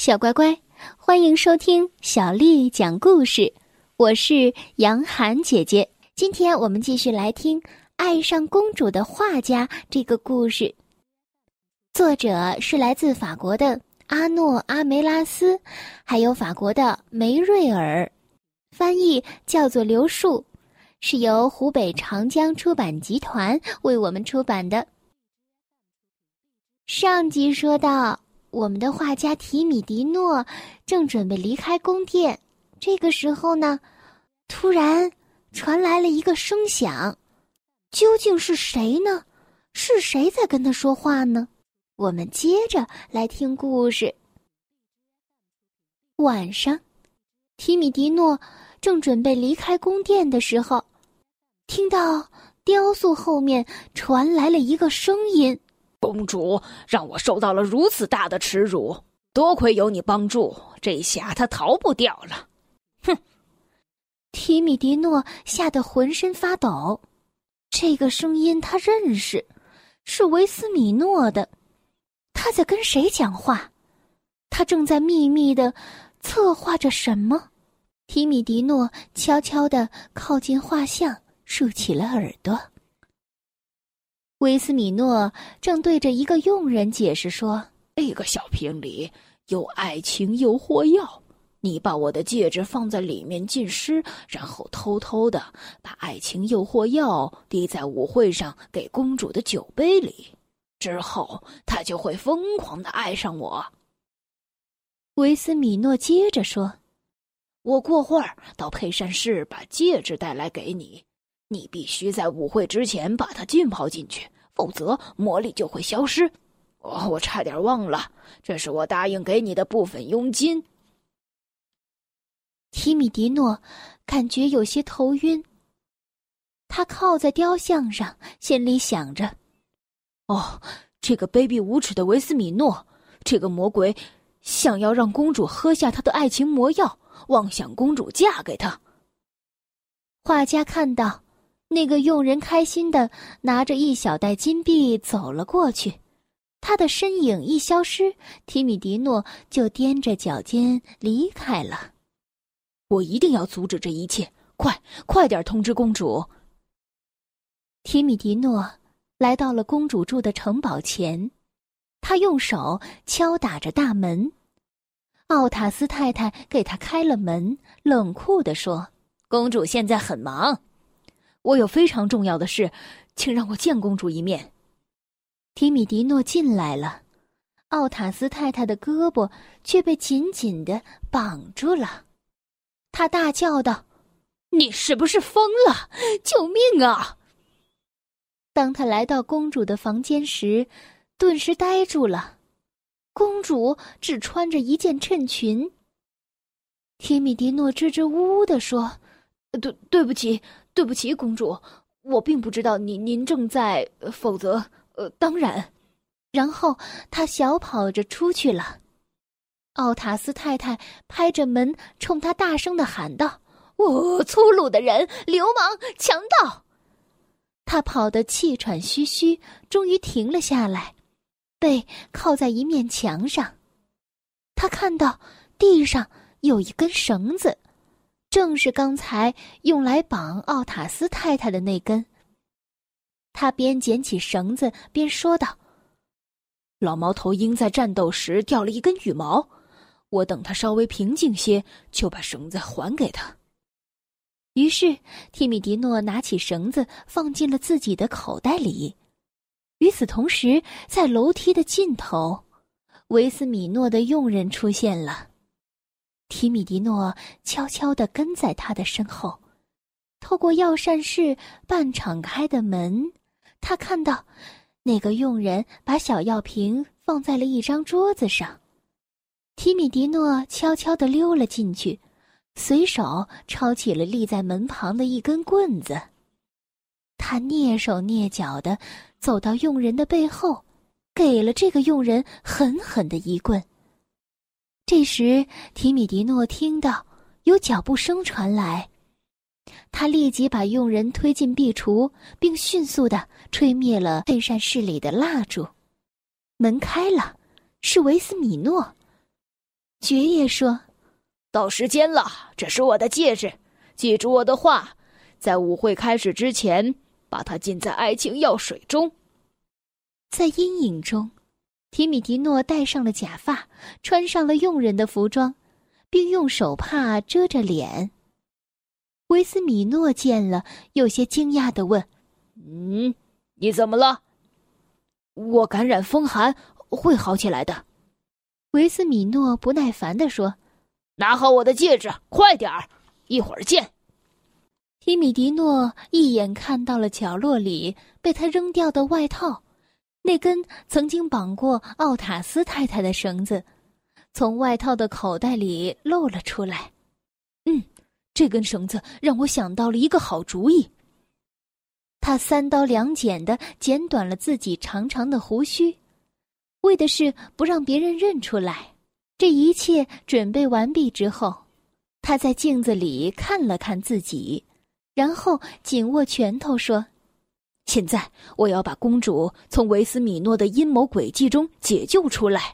小乖乖，欢迎收听小丽讲故事，我是杨涵姐姐。今天我们继续来听《爱上公主的画家》这个故事，作者是来自法国的阿诺·阿梅拉斯，还有法国的梅瑞尔，翻译叫做刘树，是由湖北长江出版集团为我们出版的。上集说到，我们的画家提米迪诺正准备离开宫殿，这个时候呢，突然传来了一个声响，究竟是谁呢？是谁在跟他说话呢？我们接着来听故事。晚上，提米迪诺正准备离开宫殿的时候，听到雕塑后面传来了一个声音： 公主让我受到了如此大的耻辱，多亏有你帮助，这下她逃不掉了。哼！ 提米迪诺吓得浑身发抖。这个声音他认识，是维斯米诺的。他在跟谁讲话？他正在秘密地策划着什么？提米迪诺悄悄地靠近画像，竖起了耳朵。维斯米诺正对着一个佣人解释说： 这个小瓶里有爱情诱惑药，你把我的戒指放在里面浸湿，然后偷偷的把爱情诱惑药滴在舞会上给公主的酒杯里，之后她就会疯狂的爱上我。 维斯米诺接着说： 我过会儿到配膳室把戒指带来给你，你必须在舞会之前把它浸泡进去，否则魔力就会消失。我差点忘了，这是我答应给你的部分佣金。 提米迪诺感觉有些头晕，他靠在雕像上，心里想着： 这个卑鄙无耻的维斯米诺，这个魔鬼想要让公主喝下他的爱情魔药，妄想公主嫁给他。 画家看到那个佣人开心地拿着一小袋金币走了过去，他的身影一消失，提米迪诺就踮着脚尖离开了。 我一定要阻止这一切，快点通知公主。 提米迪诺来到了公主住的城堡前，他用手敲打着大门。奥塔斯太太给他开了门，冷酷地说： 公主现在很忙，我有非常重要的事，请让我见公主一面。 提米迪诺进来了，奥塔斯太太的胳膊却被紧紧地绑住了。他大叫道： 你是不是疯了？救命啊！ 当他来到公主的房间时，顿时呆住了。公主只穿着一件衬裙。提米迪诺支支吾吾地说： 对不起，公主，我并不知道您正在，否则，当然。 然后他小跑着出去了。奥塔斯太太拍着门冲他大声地喊道：粗鲁的人，流氓，强盗！他跑得气喘吁吁，终于停了下来，背靠在一面墙上。他看到地上有一根绳子，正是刚才用来绑奥塔斯太太的那根。他边捡起绳子边说道： 老猫头鹰在战斗时掉了一根羽毛，我等他稍微平静些，就把绳子还给他。 于是提米迪诺拿起绳子放进了自己的口袋里。与此同时，在楼梯的尽头，维斯米诺的佣人出现了。提米迪诺悄悄地跟在他的身后，透过药膳室半敞开的门，他看到那个佣人把小药瓶放在了一张桌子上。提米迪诺悄悄地溜了进去，随手抄起了立在门旁的一根棍子。他蹑手蹑脚地走到佣人的背后，给了这个佣人狠狠的一棍。这时提米迪诺听到有脚步声传来，他立即把佣人推进壁橱，并迅速地吹灭了配膳室里的蜡烛。门开了，是维斯米诺。 爵爷说：“ 到时间了，这是我的戒指，记住我的话，在舞会开始之前，把它浸在爱情药水中。” 在阴影中，提米迪诺戴上了假发，穿上了佣人的服装，并用手帕遮着脸。维斯米诺见了，有些惊讶地问：“ 你怎么了？”“我感染风寒，会好起来的。” 维斯米诺不耐烦地说。 “拿好我的戒指，快点儿，一会儿见。” 提米迪诺一眼看到了角落里被他扔掉的外套，那根曾经绑过奥塔斯太太的绳子从外套的口袋里露了出来。这根绳子让我想到了一个好主意。他3刀2剪地剪短了自己长长的胡须，为的是不让别人认出来。这一切准备完毕之后，他在镜子里看了看自己，然后紧握拳头说：“ 现在我要把公主从维斯米诺的阴谋诡计中解救出来。”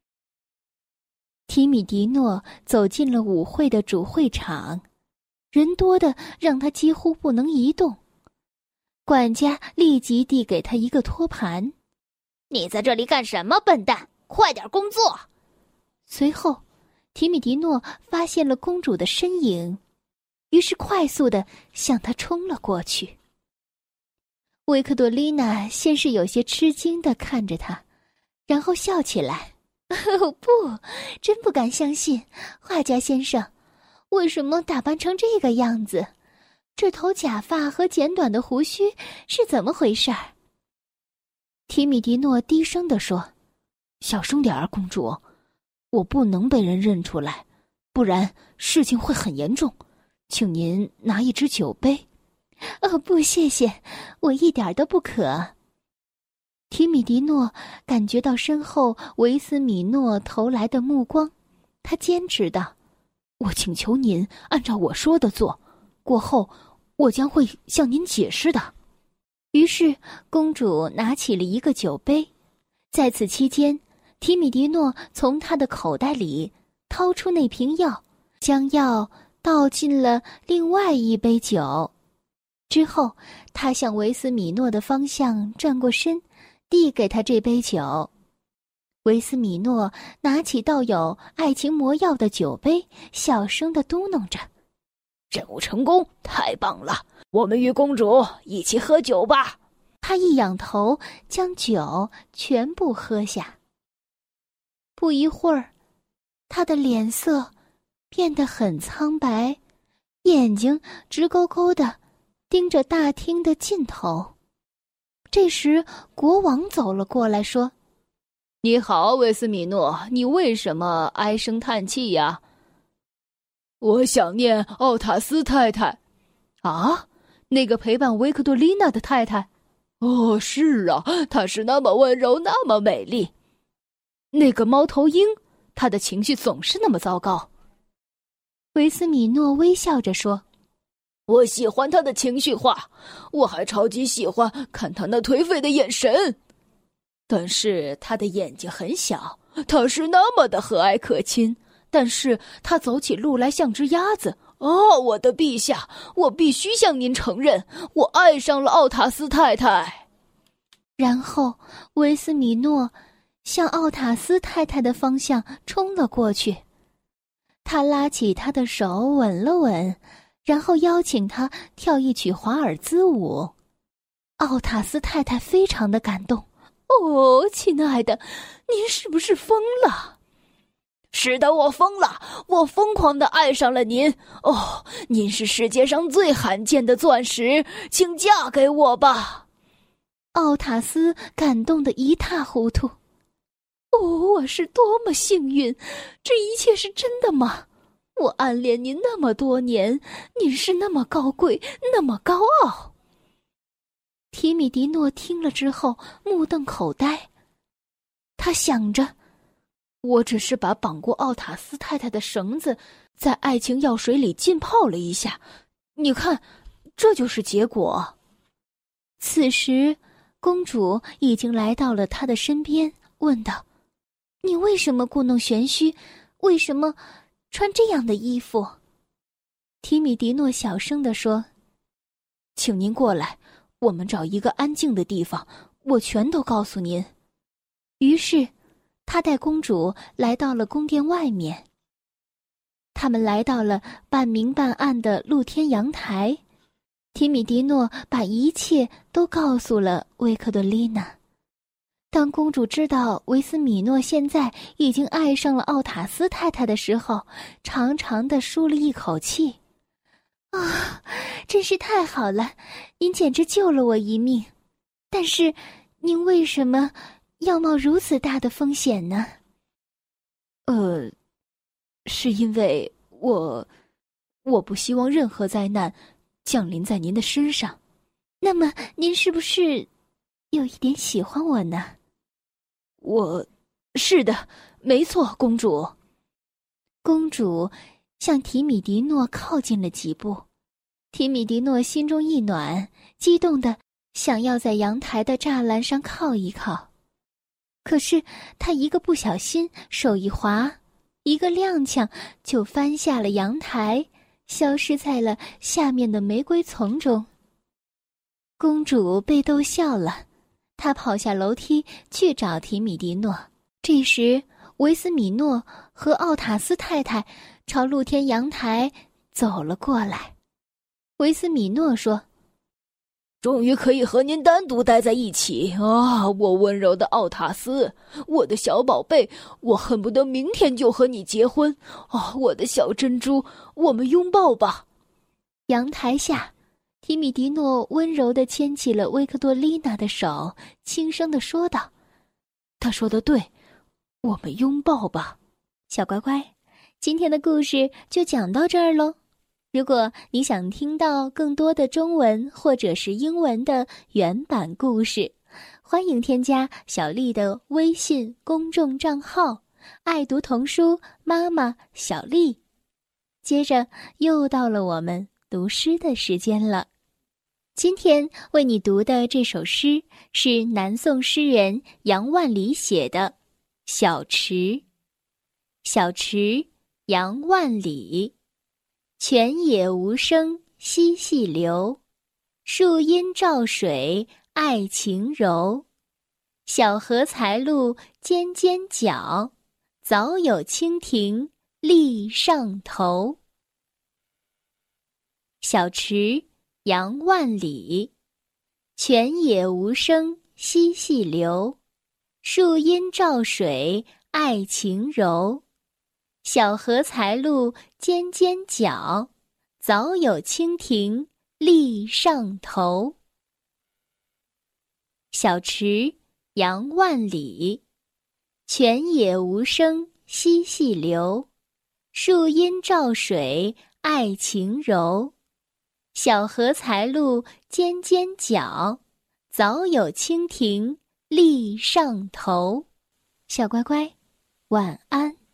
提米迪诺走进了舞会的主会场，人多的让他几乎不能移动。管家立即递给他一个托盘：“ 你在这里干什么，笨蛋？快点工作！” 随后，提米迪诺发现了公主的身影，于是快速地向她冲了过去。维克多丽娜先是有些吃惊地看着他，然后笑起来：“不，真不敢相信，画家先生，为什么打扮成这个样子？这头假发和剪短的胡须是怎么回事？”提米迪诺低声地说：“ 小声点儿，公主，我不能被人认出来，不然事情会很严重。请您拿一只酒杯。”“ 不，谢谢，我一点都不渴。”提米迪诺感觉到身后维斯米诺投来的目光，他坚持道：“ 我请求您按照我说的做，过后我将会向您解释的。” 于是公主拿起了一个酒杯，在此期间，提米迪诺从他的口袋里掏出那瓶药，将药倒进了另外一杯酒。之后，他向维斯米诺的方向转过身，递给他这杯酒。维斯米诺拿起倒有爱情魔药的酒杯，小声地嘟哝着：“ 任务成功，太棒了！我们与公主一起喝酒吧。” 他一仰头，将酒全部喝下。不一会儿，他的脸色变得很苍白，眼睛直勾勾地盯着大厅的尽头。这时，国王走了过来，说：“ 你好，维斯米诺，你为什么唉声叹气呀？”“我想念奥塔斯太太。”“啊，那个陪伴维克多丽娜的太太？”“哦，是啊，她是那么温柔，那么美丽。”“那个猫头鹰，她的情绪总是那么糟糕。” 维斯米诺微笑着说：“ 我喜欢他的情绪化，我还超级喜欢看他那颓废的眼神。但是他的眼睛很小，他是那么的和蔼可亲，但是他走起路来像只鸭子。哦，我的陛下，我必须向您承认，我爱上了奥塔斯太太。” 然后维斯米诺向奥塔斯太太的方向冲了过去，他拉起她的手吻了吻，然后邀请她跳一曲华尔兹舞。奥塔斯太太非常的感动。“哦，亲爱的，您是不是疯了？”“ 是的，我疯了，我疯狂地爱上了您。哦，您是世界上最罕见的钻石，请嫁给我吧。” 奥塔斯感动得一塌糊涂。“哦，我是多么幸运！这一切是真的吗？我暗恋您那么多年，您是那么高贵，那么高傲。”提米迪诺听了之后目瞪口呆，他想着， 我只是把绑过奥塔斯太太的绳子在爱情药水里浸泡了一下，你看，这就是结果。 此时公主已经来到了他的身边，问道：“你为什么故弄玄虚， 为什么穿这样的衣服？提米迪诺小声地说：“ 请您过来，我们找一个安静的地方，我全都告诉您。” 于是，他带公主来到了宫殿外面。他们来到了半明半暗的露天阳台。提米迪诺把一切都告诉了维克多丽娜。当公主知道维斯米诺现在已经爱上了奥塔斯太太的时候，长长地舒了一口气。啊，真是太好了，您简直救了我一命。但是，您为什么要冒如此大的风险呢？ 是因为我不希望任何灾难降临在您的身上。 那么您是不是有一点喜欢我呢？ 是的，没错，公主。 公主向提米迪诺靠近了几步。提米迪诺心中一暖，激动地想要在阳台的栅栏上靠一靠。可是他一个不小心，手一滑，一个踉跄就翻下了阳台，消失在了下面的玫瑰丛中。公主被逗笑了，她跑下楼梯去找提米迪诺。这时，维斯米诺和奥塔斯太太朝露天阳台走了过来。维斯米诺说：“ 终于可以和您单独待在一起啊，我温柔的奥塔斯，我的小宝贝，我恨不得明天就和你结婚啊，我的小珍珠，我们拥抱吧。” 阳台下，提米迪诺温柔地牵起了维克多丽娜的手，轻声地说道：“ 他说的对，我们拥抱吧。” 小乖乖，今天的故事就讲到这儿咯。如果你想听到更多的中文或者是英文的原版故事，欢迎添加小丽的微信公众账号“爱读童书妈妈小丽”。接着又到了我们读诗的时间了。今天为你读的这首诗是南宋诗人杨万里写的《小池》。小池，杨万里。泉眼无声惜细流，树阴照水爱晴柔。小荷才露尖尖角，早有蜻蜓立上头。小池，杨万里。泉眼无声惜细流，树阴照水爱晴柔。小荷才露尖尖角，早有蜻蜓立上头。小池，杨万里。泉眼无声惜细流，树阴照水爱晴柔。小荷才露尖尖角，早有蜻蜓立上头。小乖乖，晚安。